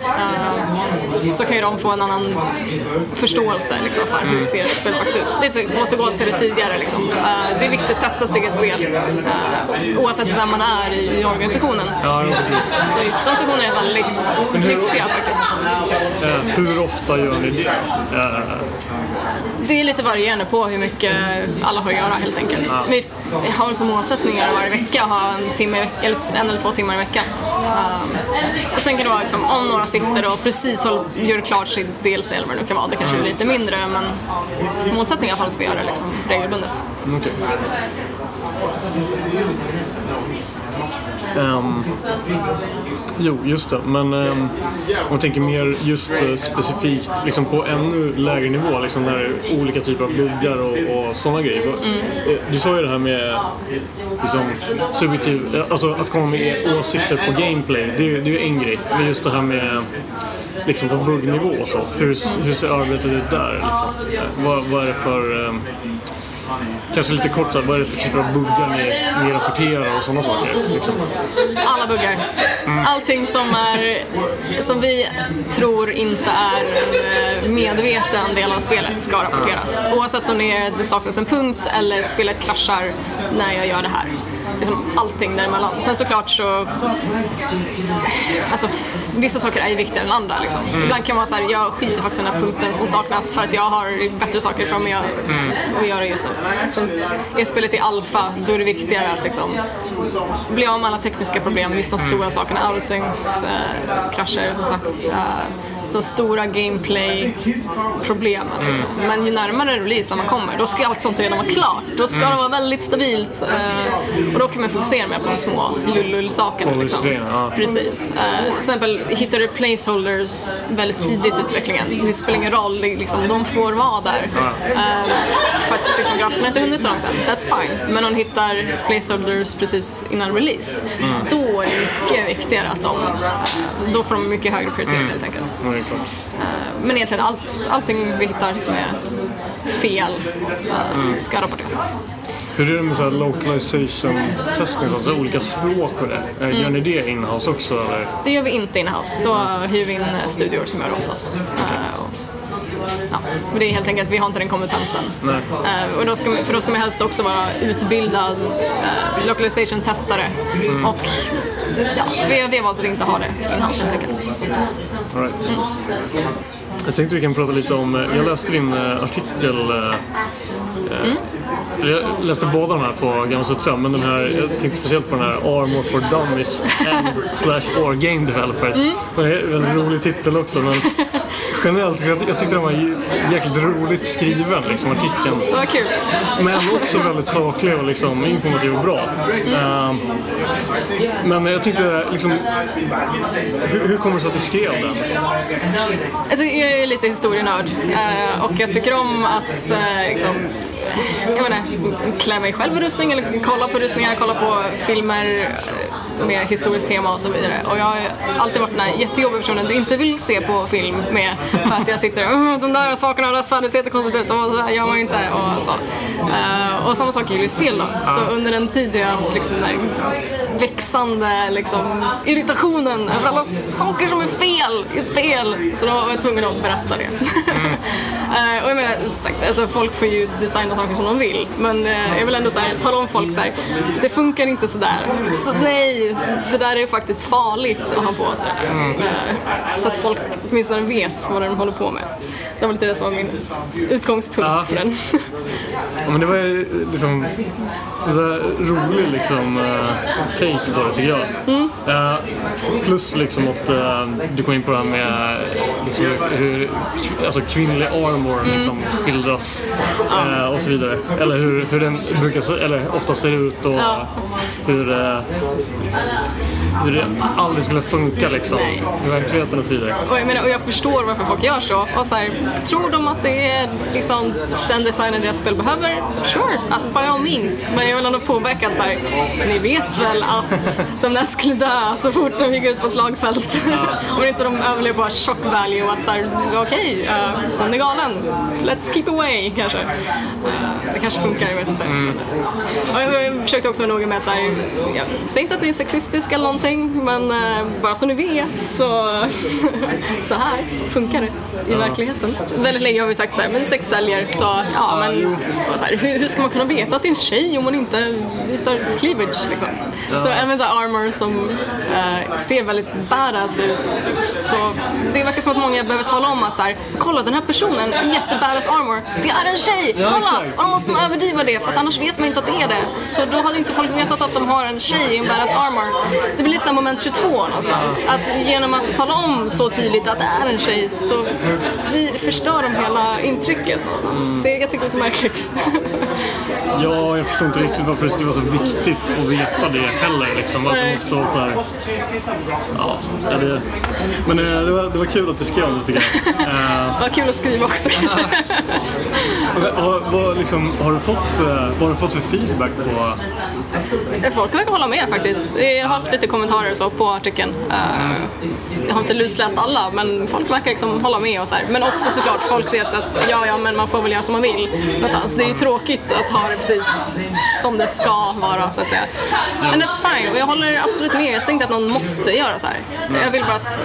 så kan ju de få en annan förståelse liksom, för hur ser spelet faktiskt ut. Lite återgå till det tidigare liksom. Uh, det är viktigt att testa steget spel uh, oavsett vem man är i, i organisationen. Ja, så just de sessionerna är väldigt nyttiga faktiskt. Uh, hur ofta gör ni det? Uh. Det är lite varierande på hur mycket alla har att göra helt enkelt. Ja. Vi har som målsättningar varje vecka att ha en, timme, eller en eller två timmar i veckan. Uh, och sen kan det vara liksom, om några sitter och precis gör klart sin del eller vad det nu kan vara. Det kanske är lite mindre, men målsättningar har att vi gör det liksom, regelbundet. Okay. Um, jo, just det. Men um, om man tänker mer just uh, specifikt liksom på ännu lägre nivå, liksom där olika typer av buggar och, och sådana grejer. Mm. Du sa ju det här med liksom, subjektiv, alltså att komma med åsikter på gameplay. Det är, det är ju en grej. Men just det här med liksom på buggnivå och så. Hur, hur ser arbetet ut där? Liksom? Vad, vad är det för... Um, kanske lite kort så här, vad är det för typ av buggar ni, ni rapporterar och sådana saker? Liksom. Alla buggar. Mm. Allting som är som vi tror inte är en medveten del av spelet ska rapporteras. Oavsett om det, är, det saknas en punkt eller spelet kraschar när jag gör det här. Liksom allting däremellan. Sen såklart så alltså, vissa saker är ju viktigare än andra liksom. Mm. Ibland kan man säga jag skiter faktiskt i den här punkten som saknas för att jag har bättre saker för mig att, mm. att göra just nu. Som är spelet i alfa, då är det viktigare att liksom bli av med alla tekniska problem, just de stora mm. sakerna, outswings, äh, krascher som sagt, äh, så stora gameplay-problem liksom. Mm. Men ju närmare release man kommer, då ska allt sånt redan vara klart. Då ska mm. det vara väldigt stabilt äh, och då kan man fokusera mer på de små lullull-sakerna liksom. Ja. Precis. Uh, till exempel hittar du placeholders väldigt tidigt i utvecklingen. Det spelar ingen roll, liksom, de får vara där. Uh, för att liksom, grafikerna inte hunnit så långt än. That's fine. Men om de hittar placeholders precis innan release, mm. då är det mycket viktigare att de, då får de mycket högre prioritet mm. helt enkelt. Uh, men egentligen allt, allting vi hittar som är fel uh, mm. ska rapporteras. Hur är det med så här localization testing, alltså olika språk och det? Mm. Gör ni det in-house också? Eller? Det gör vi inte in-house. Då hyr vi in studior som gör åt oss. Okay. Uh, och, ja, men det är helt enkelt att vi har inte den kompetensen. Uh, och då ska man, för då ska man helst också vara utbildad uh, localization-testare. Mm. Och ja, vi, vi har valt att inte ha det in-house helt enkelt. All right. Mm. Jag tänkte vi kan prata lite om, jag läste din artikel. Mm. Jag läste båda de här på Gamla Sutra, men den här, jag tänkte speciellt på den här Armor for Dummies and slash or Game Developers. Mm. Det är en väldigt rolig titel också, men generellt, jag, jag tyckte den var jäkligt roligt skriven, liksom, artikeln. Det var kul. Men också väldigt saklig och liksom, informativ och bra. Mm. Uh, men jag tänkte, liksom, hur, hur kommer det sig att du skrev den? Alltså, jag är lite historienörd uh, och jag tycker om att uh, liksom, jag menar, klä mig själv i rustning eller kolla på rustningar, kolla på filmer med historiskt tema och så vidare. Och jag har alltid varit den här jättejobbiga personen du inte vill se på film med, för att jag sitter och de där sakerna och röstvärdet ser jättekonstigt ut och så där gör man inte och så. Uh, och samma sak är ju i spel då. Så under en tid har jag haft liksom den där växande liksom, irritationen över alla saker som är fel i spel. Så då var jag tvungen att berätta det. Mm. uh, och jag menar, sagt, alltså, folk får ju designa saker som de vill. Men uh, jag vill ändå så här, tala om folk så här, det funkar inte sådär. Så nej, det där är faktiskt farligt att ha på sig. Mm. Uh, så att folk åtminstone vet vad de håller på med. Det var lite det som var min utgångspunkt ja. för den. Ja, men det var ju liksom en så rolig liksom uh, take på det tycker jag. Mm. Uh, plus liksom att uh, du kom in på det här med liksom, hur alltså, kvinnlig armor mm. liksom, skildras uh, och så vidare. Eller hur, hur den brukar se, eller ofta ser ut och ja. hur, uh, hur det aldrig skulle funka liksom, i verkligheten och så vidare. Och jag, menar, och jag förstår varför folk gör så. Och så här, tror de att det är liksom, den designen deras spel behöver? Sure, by all means. Men jag vill ändå påpeka att så här, ni vet väl att de där skulle dö så fort de gick ut på slagfält. Om inte de överlever bara shock value och att så här, okej, okay, uh, hon är galen. Let's keep away, kanske. Uh, det kanske funkar, jag vet inte. Mm. Och jag, jag försökte också vara noga med att så här, jag säger inte att ni är sexistiska eller någonting, men uh, bara så ni vet så, så här funkar det i verkligheten. Väldigt länge har vi sagt så här, men sex säljer, så ja, men så här, hur, hur ska man kunna veta att det är en tjej om man inte visar cleavage liksom? Ja. Så även så här armor som uh, ser väldigt badass ut, så det verkar som att många behöver tala om att så här, kolla den här personen, jättebadass armor, det är en tjej, kolla! Och då måste man överdriva det, för att annars vet man inte att det är det. Så då hade inte folk vetat att de har en tjej i en badass armor. Det blir lite som moment tjugotvå någonstans, att genom att tala om så tydligt att det är en tjej så blir, förstör de hela intrycket någonstans. Mm. Det, jag tycker det är lite märkligt. Ja, jag förstår inte riktigt varför det skulle vara så viktigt att veta det heller. heller liksom, att det måste stå så här. Ja, det, men det, det, var, det var kul att du skrev det, tycker jag. Det var kul att skriva också. har, vad, liksom, har, du fått, vad har du fått för feedback på? Folk verkar hålla med faktiskt. Jag har haft lite kommentarer så på artikeln. Jag har inte lusläst alla, men folk verkar liksom hålla med och så här. Men också såklart folk säger att ja, ja, men man får väl göra som man vill. Någonstans. Det är ju tråkigt att ha det precis som det ska vara, så att säga. Men that's fine. Och jag håller absolut med. Jag säger inte att någon måste göra så här. Jag vill bara att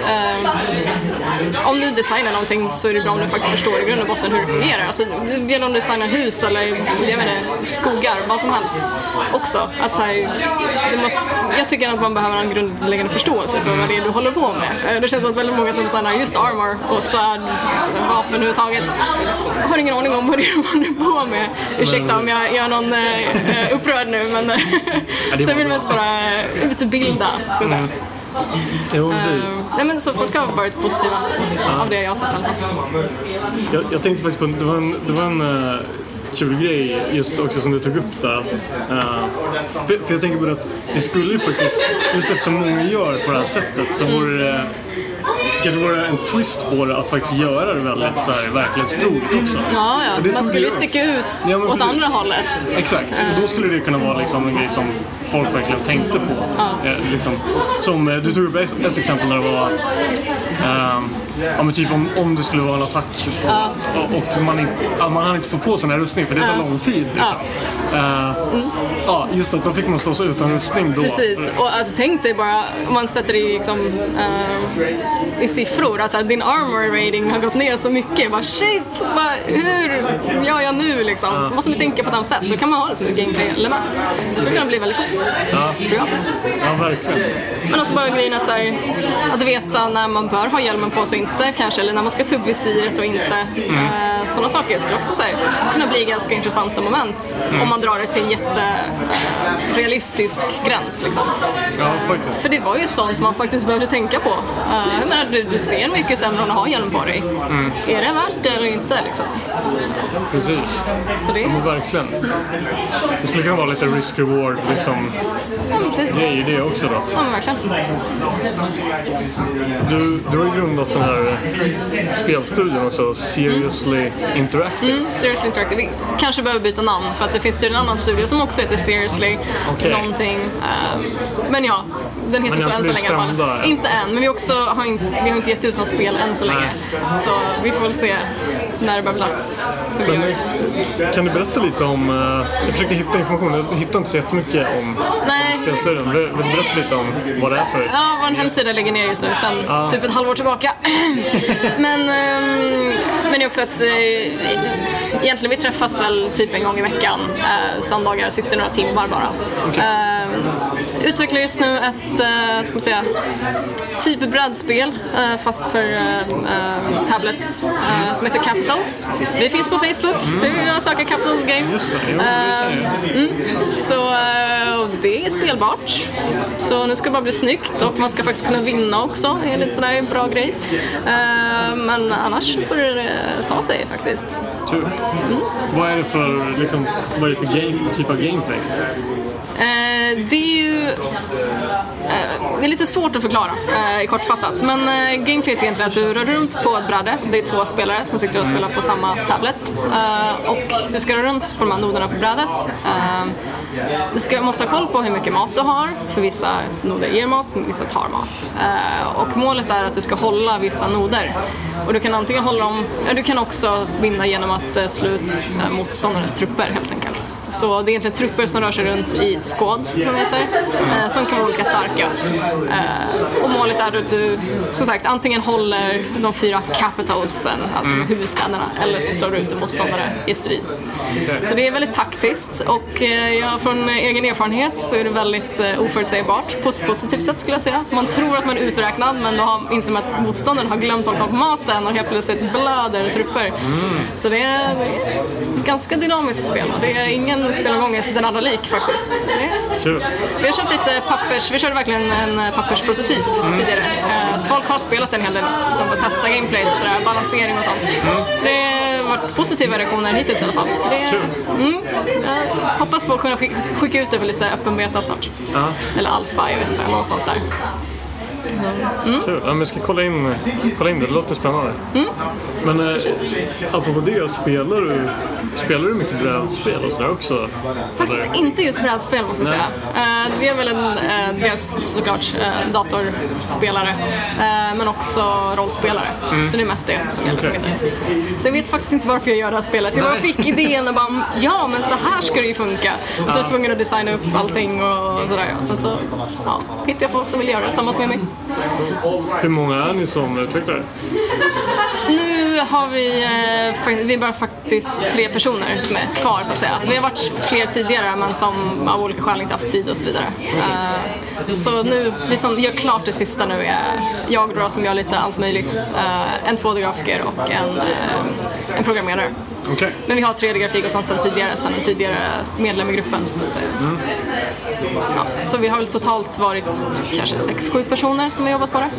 eh, om du designar någonting så är det bra om du faktiskt förstår i grund och botten hur det fungerar. Alltså, det gäller om du designar hus eller jag menar, skogar, vad som helst också. Att så här, det måste, jag tycker att man behöver en grundläggande förståelse för vad det är du håller på med. Det känns som att väldigt många som designar just armor och svärd, vapen överhuvudtaget har ingen aning om vad det är de håller på med. Ursäkta om jag gör någon eh, upprörd nu, men ja, så vill man bara utbilda, ska jag säga. Jo, precis. Uh, nej, men så folk har varit positiva ja. Av det jag har sett. Jag, jag tänkte faktiskt på, det var en, det var en uh, kul grej just också som du tog upp där. Att, uh, för, för jag tänker på det att det skulle ju faktiskt, just eftersom många gör på det här sättet, så vore det kanske vore en twist på det att faktiskt göra det väldigt så här, verkligen stort också. Ja, ja. Man skulle ju sticka ut ja, åt andra hållet. Exakt, och då skulle det kunna vara liksom en grej som folk verkligen tänkte på. Ja. Eh, liksom, som, eh, du tog upp ett, ett exempel när det var eh, ja, men typ om, om det skulle vara en attack på, ja. och, och man, ja, man hann inte få på sig den här rustning för det tar ja. lång tid. Liksom. Ja. Eh, mm. ja, just att då fick man stå sig utan rustning då. Precis, och alltså, tänk dig bara om man sätter det i liksom, uh, i siffror, att alltså, din armor rating har gått ner så mycket. Bara shit, bara, hur gör jag nu liksom? Ja. Man måste tänka på ett annat sätt, så kan man ha det som ett gameplay-element. Då kan det bli väldigt coolt, ja. tror jag. Ja, verkligen. Men också bara grejen att, så här, att veta när man bör ha hjälmen på sig inte kanske, eller när man ska ta upp visiret och inte. Mm. Uh, sådana saker skulle också så här, kunna bli ganska intressanta moment mm. om man drar det till en jätterealistisk uh, gräns liksom. Ja, faktiskt. För det var ju sånt man faktiskt behövde tänka på. Uh, jag menar, du, du ser mycket sämre om du har hjälm på dig. Mm. Är det värt det eller inte liksom? Precis. Så det... Ja, men verkligen. Det skulle kunna vara lite risk-reward liksom. Ja, precis. Det är ju det också då. Ja, men verkligen. Du, du har ju grundat den här spelstudion också, Seriously Interactive. Mm, Seriously Interactive. Vi kanske behöver byta namn för att det finns ju en annan studio som också heter Seriously okay. någonting. Um, men ja, den heter så än så länge i alla fall. Inte än, men vi också har inte, vi har inte gett ut något spel än så länge. Nej. Så vi får väl se när det blir plats. Men, kan du berätta lite om, uh, jag försökte hitta information, jag hittade inte så jättemycket om, om spelstudion. Vill du berätta lite om vad det är för? Ja, vår hemsida ligger ner just nu sen ah. typ ett halvår tillbaka. men, um, men det är också att uh, egentligen vi träffas väl typ en gång i veckan. Uh, söndagar sitter några timmar bara. Okay. Uh, utvecklar just nu ett, uh, ska man säga, typ brädspel uh, fast för uh, uh, tablets uh, som heter Capitals. Vi finns på Facebook. Mm. Du söker Capitals Game. Just det, jo, det uh, mm. Så uh, det är spelbart. Så nu ska det bara bli snyggt och man ska faktiskt kunna vinna också. Det är lite sådär bra grej. Uh, men annars börjar det ta sig faktiskt. Mm. Vad är det för, liksom, vad är det för game, typ av gameplay? Uh, det är ju uh, det är lite svårt att förklara uh, i kortfattat, men uh, gameplayet är egentligen att du rör runt på ett bräde. Det är två spelare som sitter och spelar på samma tablet uh, och du ska röra runt på de här noderna på brädet. Uh, du ska, måste ha koll på hur mycket mat du har, för vissa noder ger mat, vissa tar mat. Uh, och målet är att du ska hålla vissa noder. Och du kan antingen hålla dem, ja, du kan också vinna genom att uh, slå ut uh, motståndarens trupper helt enkelt. Så det är egentligen trupper som rör sig runt i squads som det heter, uh, som kan vara olika starka. Uh, och målet är att du, som sagt, antingen håller de fyra capitalsen, alltså mm. huvudstäderna, eller så slår du ut en motståndare i strid. Okay. Så det är väldigt taktiskt och uh, ja, från egen erfarenhet så är det väldigt uh, oförutsägbart på ett positivt sätt skulle jag säga. Man tror att man är uträknad, men då har, inser man att motståndaren har glömt hålla på maten och helt plötsligt blöder trupper. Mm. Så det är ett ganska dynamiskt spel och det är ingen spelomgång i den andra lik faktiskt. Sure. Vi har kört lite pappers, vi körde verkligen en pappersprototyp mm. tidigare. Så folk har spelat en hel del som får testa gameplayet och sådär, balansering och sånt. Mm. Det varit positiva reaktioner hittills i alla fall. Så det är, mm, jag hoppas på att kunna skicka, skicka ut det på lite öppen beta snart. Ja. Eller alfa, jag vet inte, någonstans där. Mm. Kul. Ja, men jag ska kolla in, kolla in det, det låter spännande. Mm. Men eh, apropå det, spelar du, spelar du mycket brädspel och sådär också? Faktiskt eller? Inte just brädspel måste jag säga. Uh, det är väl en, uh, dels såklart uh, datorspelare, uh, men också rollspelare. Mm. Så det är mest det som gäller för mig. Så jag vet faktiskt inte varför jag gör det här spelet. Jag bara fick idén och bara, ja men så här ska det ju funka. Och så är jag tvungen att designa upp allting och sådär. Så, så ja, hittar jag folk som vill göra det tillsammans med mig. Hur många är ni som utvecklare? Nu har vi, eh, vi är bara faktiskt tre personer som är kvar så att säga. Vi har varit fler tidigare men som av olika skäl inte haft tid och så vidare. Eh, så nu, vi som gör klart det sista nu är jag då som gör lite allt möjligt. Eh, en två D-grafiker och en, eh, en programmerare. Okay. Men vi har tre D-grafik och sånt sedan tidigare, sedan en tidigare medlem i gruppen. Så, att, mm. ja, så vi har väl totalt varit kanske sex sju personer som har jobbat på det.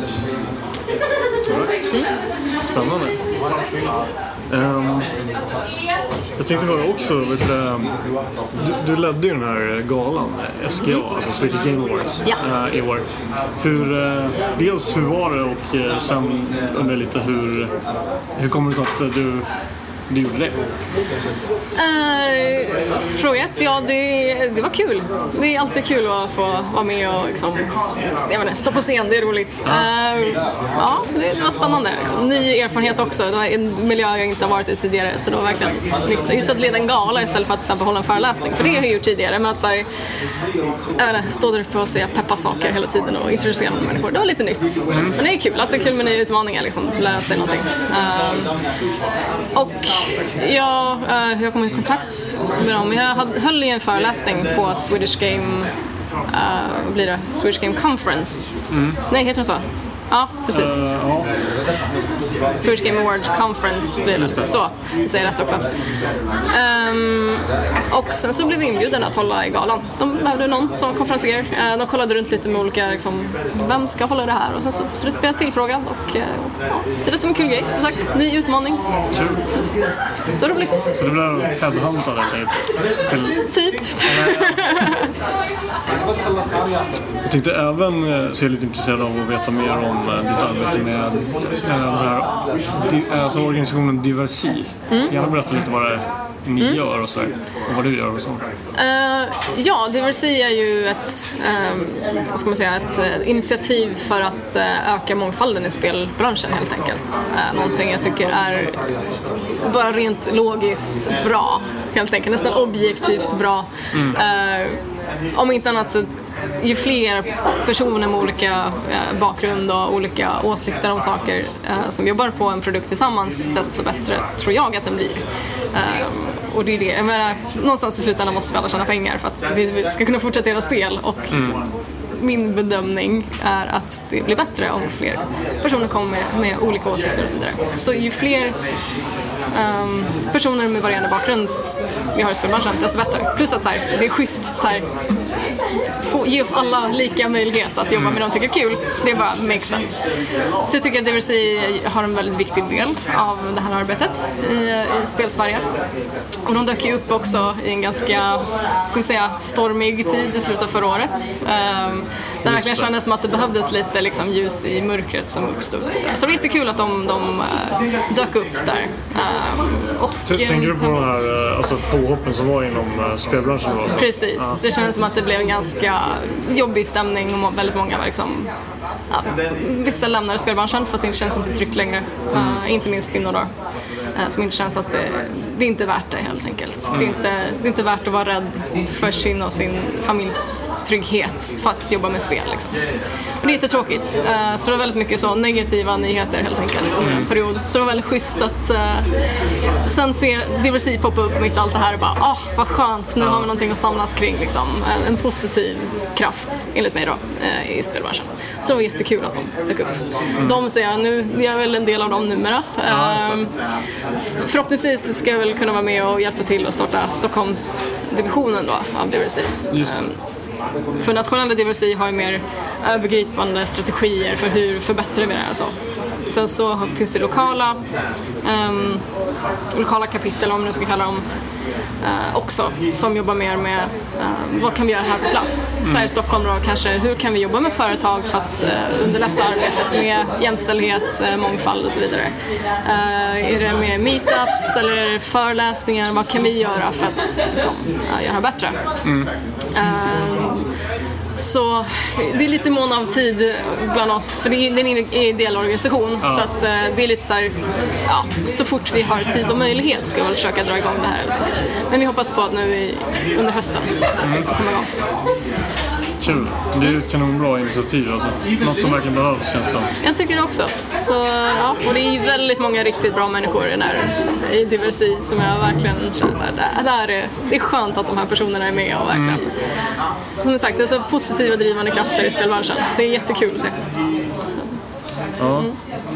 Mm. Spännande. Um, jag tänkte bara också, vet du, du, du ledde ju den här galan, S G A, mm. alltså Swedish Game Awards, ja. uh, i år. Hur, uh, dels hur var det och uh, sen undrar lite hur, hur kommer det sig att du Du gjorde det? Uh, fråga ett, ja det, det var kul. Det är alltid kul att få vara med och liksom, jag menar, stå på scen, det är roligt. Ja, uh, ja det, det var spännande. Liksom. Ny erfarenhet också, det var en miljö jag inte har varit i tidigare så det var verkligen nytt. Just att leda en gala istället för att till exempel hålla en föreläsning, för det har jag gjort tidigare. Men att så här, jag vet inte, stå där uppe och säga peppa saker hela tiden och introducera människor, det var lite nytt. Mm. Men det är kul, alltid kul med nya utmaningar, liksom, lära sig någonting. Uh, och Ja, uh, jag kom i kontakt med dem. Jag hade, höll i en föreläsning på Swedish Game, uh, vad blir det? Swedish Game Conference. Mm. Nej, heter det så? Ja, precis. Uh, ja. Swedish Game Awards Conference blir det. Så, du säger rätt också. Um, och sen så blev vi inbjudna att hålla i galan. De behövde någon som konferenser. Uh, de kollade runt lite med olika, liksom, vem ska hålla det här? Och sen så, så det blev jag tillfrågad. Och, uh, ja, det är rätt som en kul grej, som sagt. Ny utmaning. Kul. Så roligt. Så det blev headhuntad till... Typ. Jag tyckte även, så är jag lite intresserad av att veta mer om ditt arbete med den här alltså organisationen Diversi. Mm. Gärna berätta lite vad det är ni mm. gör och, så där, och vad du gör och så. Uh, ja, Diversi är ju ett, um, vad ska man säga, ett uh, initiativ för att uh, öka mångfalden i spelbranschen helt enkelt. Uh, någonting jag tycker är bara rent logiskt bra, helt enkelt, nästan objektivt bra. Mm. Uh, om inte annat så ju fler personer med olika eh, bakgrund och olika åsikter om saker eh, som jobbar på en produkt tillsammans, desto bättre tror jag att den blir. Eh, och det är det. Jag menar, någonstans i slutändan måste vi alla tjäna pengar för att vi ska kunna fortsätta göra spel. Och mm. min bedömning är att det blir bättre om fler personer kommer med, med olika åsikter och så vidare. Så ju fler Um, personer med varierande bakgrund vi har i spelbranschen, desto bättre. Plus att så här, det är schysst så här, få, ge alla lika möjlighet att jobba med något de tycker är kul. Det är bara makes sense. Så jag tycker att Diversi har en väldigt viktig del av det här arbetet i, i Spelsverige. Och de dök ju upp också i en ganska, ska man säga, stormig tid i slutet av förra året. Um, det verkligen kändes som att det behövdes lite liksom, ljus i mörkret som uppstod. Så det var jättekul att de, de uh, dök upp där. Uh, och, Tänker du på den här alltså, påhoppen som var inom uh, spelbranschen? Då, precis, ja. Det kändes som att det blev en ganska jobbig stämning och väldigt många var liksom, ja, vissa lämnade spelbranschen för att det känns inte tryggt längre. Mm. Uh, inte minst kvinnor då. Uh, som inte känns att det, det är inte värt det helt enkelt. Mm. Det, är inte, det är inte värt att vara rädd för sin och sin familjs trygghet för att jobba med spel. Liksom. Och det är jättetråkigt. Uh, så det var väldigt mycket så negativa nyheter helt enkelt under en period. Så det var väldigt schysst att uh, sen se Diversi poppa upp mitt allt det här och bara, ah, oh, vad skönt, nu har vi någonting att samlas kring. Liksom. En, en positiv kraft, enligt mig då, uh, i spelbranschen. Så det var jättekul att de dök upp. Mm. De säger jag, nu, jag är väl en del av dem numera. Uh, förhoppningsvis ska jag väl kunna vara med och hjälpa till att starta Stockholmsdivisionen då av Diversi. Just det. För nationella Diversi har ju mer övergripande strategier för hur förbättrar vi det här och så. Sen så finns det lokala um, lokala kapitel, om man nu ska kalla dem, eh, också, som jobbar mer med eh, vad kan vi göra här på plats. Mm. Så här i Stockholm då, kanske hur kan vi jobba med företag för att eh, underlätta arbetet med jämställdhet, eh, mångfald och så vidare. Eh, är det med meetups eller är det föreläsningar? Vad kan vi göra för att liksom, ja, göra bättre? Mm. Eh, Så det är lite mån av tid bland oss, för det är en ideell organisation. Ja. Så att det är lite så här, ja, så fort vi har tid och möjlighet ska vi väl försöka dra igång det här. Men vi hoppas på att nu i, under hösten att det ska liksom komma igång. Kul. Det är ett kanonbra initiativ alltså. Något som verkligen behövs, känns det som. Jag tycker det också. Så, ja, och det är ju väldigt många riktigt bra människor i den här i Diversi som jag verkligen känner att det, är, det är skönt att de här personerna är med och verkligen, mm. som sagt, det är så positiva drivande krafter i spelbranschen. Det är jättekul att se. Ja. Mm.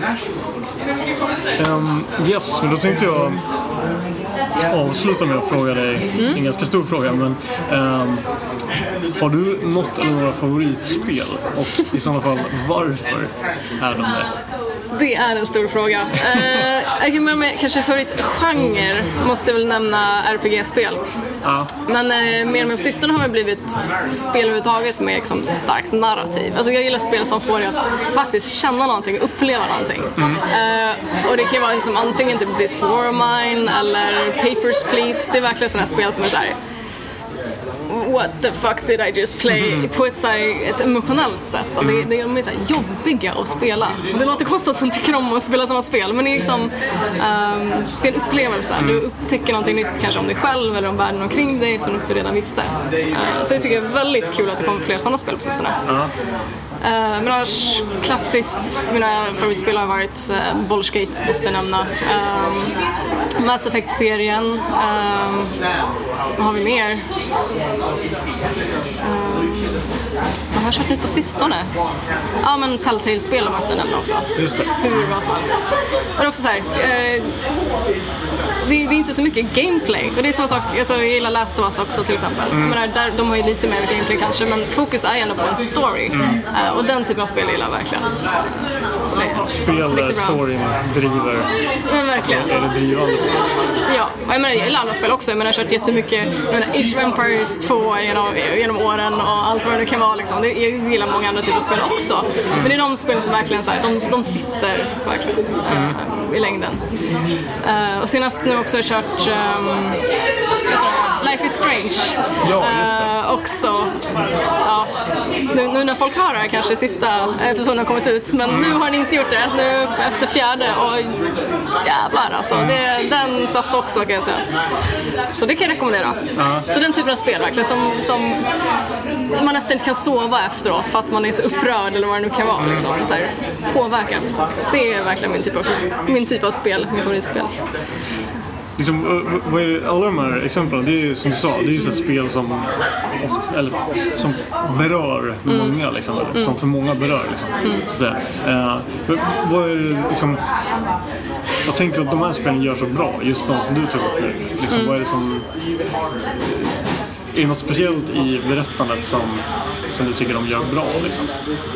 Um, yes, men då tänkte jag avsluta med att fråga dig, mm. en ganska stor fråga, men um, har du något eller några favoritspel? Och i sådana fall, varför är de det? Det är en stor fråga. Uh, jag kan börja med kanske favoritgenre, måste jag väl nämna R P G-spel. Ja. Men uh, mer och mer på sistone har det blivit spel överhuvudtaget med liksom, starkt narrativ. Alltså jag gillar spel som får dig att faktiskt känna någonting, uppleva någonting. Mm. Uh, och det kan vara liksom, antingen typ This War of Mine eller Papers, Please. Det är verkligen sådana spel som är så här: what the fuck did I just play? Mm. På ett, så här, ett emotionellt sätt. Att det, det, de är så här jobbiga att spela. Det låter konstigt att man tycker om att spela samma spel, men det är liksom um, det är en upplevelse. Du upptäcker någonting nytt kanske om dig själv eller om världen omkring dig som du inte redan visste. Uh, så jag tycker det är väldigt kul att det kommer fler sådana spel på sistone. Uh. Uh, men annars klassiskt, mina favoritspel har varit uh, Baldur's Gate, måste jag nämna. Um, Mass Effect-serien. Um, vad har vi mer? Um, vad har jag kört nu på sistone? Ja, men Telltale-spel måste jag nämna också. Just det. Hur bra som helst. Och det är också så här, uh, det, det är inte så mycket gameplay. Och det är samma sak, alltså, jag gillar Last of Us också till exempel. Mm. Men där, de har ju lite mer gameplay kanske, men fokus är ändå på en story. Mm. Uh, och den typen av spel gillar jag verkligen. Så det spel där storyn driver. Men verkligen. Alltså, eller drivande. Ja, och jag menar, jag gillar andra spel också. Jag menar, jag har kört jättemycket, jag menar, Age of Empires två genom, genom åren och allt vad det kan vara liksom. Det, jag gillar många andra typer av spel också. Mm. Men det är de spel som verkligen så här, de, de sitter verkligen uh, mm. i längden. Uh, och senast nu också har jag kört um, Life is Strange. Ja, just det. Uh, också, ja, nu, nu när folk hör det här kanske sista episoden har kommit ut, men mm. nu har ni inte gjort det. Nu efter fjärde och jävlar alltså, det, den satt också kan jag säga. Så det kan jag rekommendera. Uh-huh. Så den typen av spel verkligen som, som man nästan inte kan sova efteråt för att man är så upprörd eller vad det nu kan vara liksom, så här, påverkar. Så det är verkligen min typ av, min typ av spel, min favoritspel. Liksom, vad är det, alla de här exemplen, det är ju som du sa, det är ju så ett spel som, ofta, eller, som berör mm. många, liksom, eller, mm. som för många berör. Liksom, mm. så att säga. Uh, vad är det, liksom, jag tänker att de här spelen gör så bra, just de som du tog upp nu. Liksom, mm. Vad är det som... Är det något speciellt i berättandet som, som du tycker de gör bra? Liksom?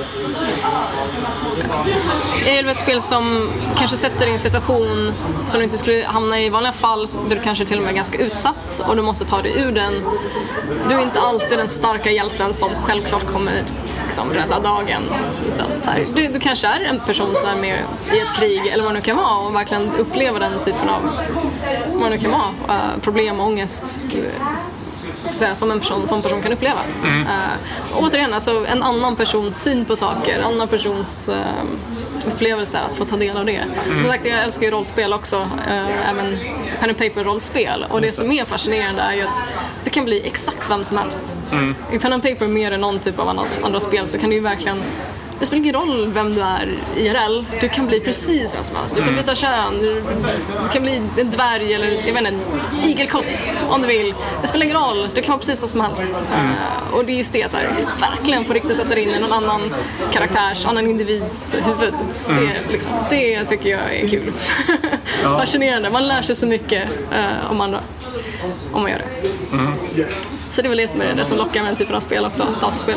Jag gillar ett spel som kanske sätter dig i en situation som du inte skulle hamna i i vanliga fall, där du kanske till och med är ganska utsatt och du måste ta dig ur den. Du är inte alltid den starka hjälten som självklart kommer liksom rädda dagen, utan så här, du, du kanske är en person som är med i ett krig eller vad det nu kan vara och verkligen upplever den typen av vad det nu kan vara, uh, problem, ångest, som en person, som person kan uppleva. Mm. Uh, återigen, alltså en annan persons syn på saker, en annan persons uh, upplevelser, att få ta del av det. Mm. Som sagt, jag älskar ju rollspel också, uh, även pen and paper rollspel, och det som är fascinerande är ju att det kan bli exakt vem som helst. Mm. I pen and paper mer än någon typ av andra, andra spel så kan det ju verkligen, det spelar ingen roll vem du är I R L. Du kan bli precis vem som helst. Du kan byta kön. Du, du kan bli en dvärg eller jag vet inte, en igelkott om du vill. Det spelar ingen roll. Du kan vara precis vad som helst. Mm. Uh, och det är just det, så här, verkligen på riktigt sätta in i någon annan karaktärs, annan individs huvud. Mm. Det, liksom, det tycker jag är kul. Ja. Fascinerande. Man lär sig så mycket uh, om andra. Om man gör det. Mm. Så det är väl det som är det som lockar med den typen av spel också, dataspel.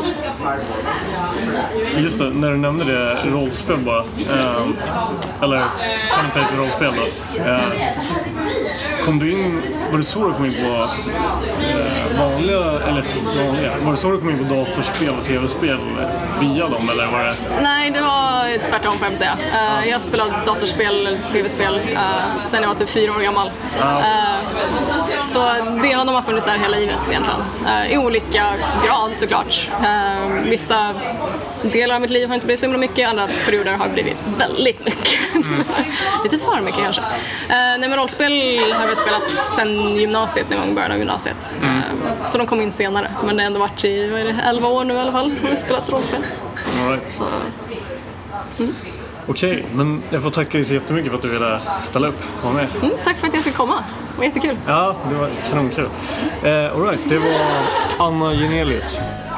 Just det, när du nämnde det, rollspel bara. Eh, eller pen and paper rollspel då. Eh, kom du in, var det så du kom in på eh, vanliga, eller vanliga, var det så du kom in på datorspel och tv-spel via dem, eller var det? Nej, det var tvärtom får jag säga. Uh, jag spelade datorspel, tv-spel uh, sen jag var typ fyra år gammal. Uh, så det har nog funnits där hela livet egentligen. Uh, I olika grad såklart. Uh, vissa delar av mitt liv har inte blivit så himla mycket, andra perioder har blivit väldigt mycket. Mm. Lite för mycket kanske. Uh, nej, men rollspel har jag spelat sen gymnasiet, någon gång början av gymnasiet. Mm. Uh, så de kom in senare, men det har ändå varit i vad är det, elva år nu i alla fall har jag spelat rollspel. All right. Så. Mm. Okej, okay, men jag får tacka dig så jättemycket för att du ville ställa upp och vara med. Mm, tack för att jag fick komma. Det var jättekul. Ja, det var kanonkul. Eh, all right, det var Anna Genelius.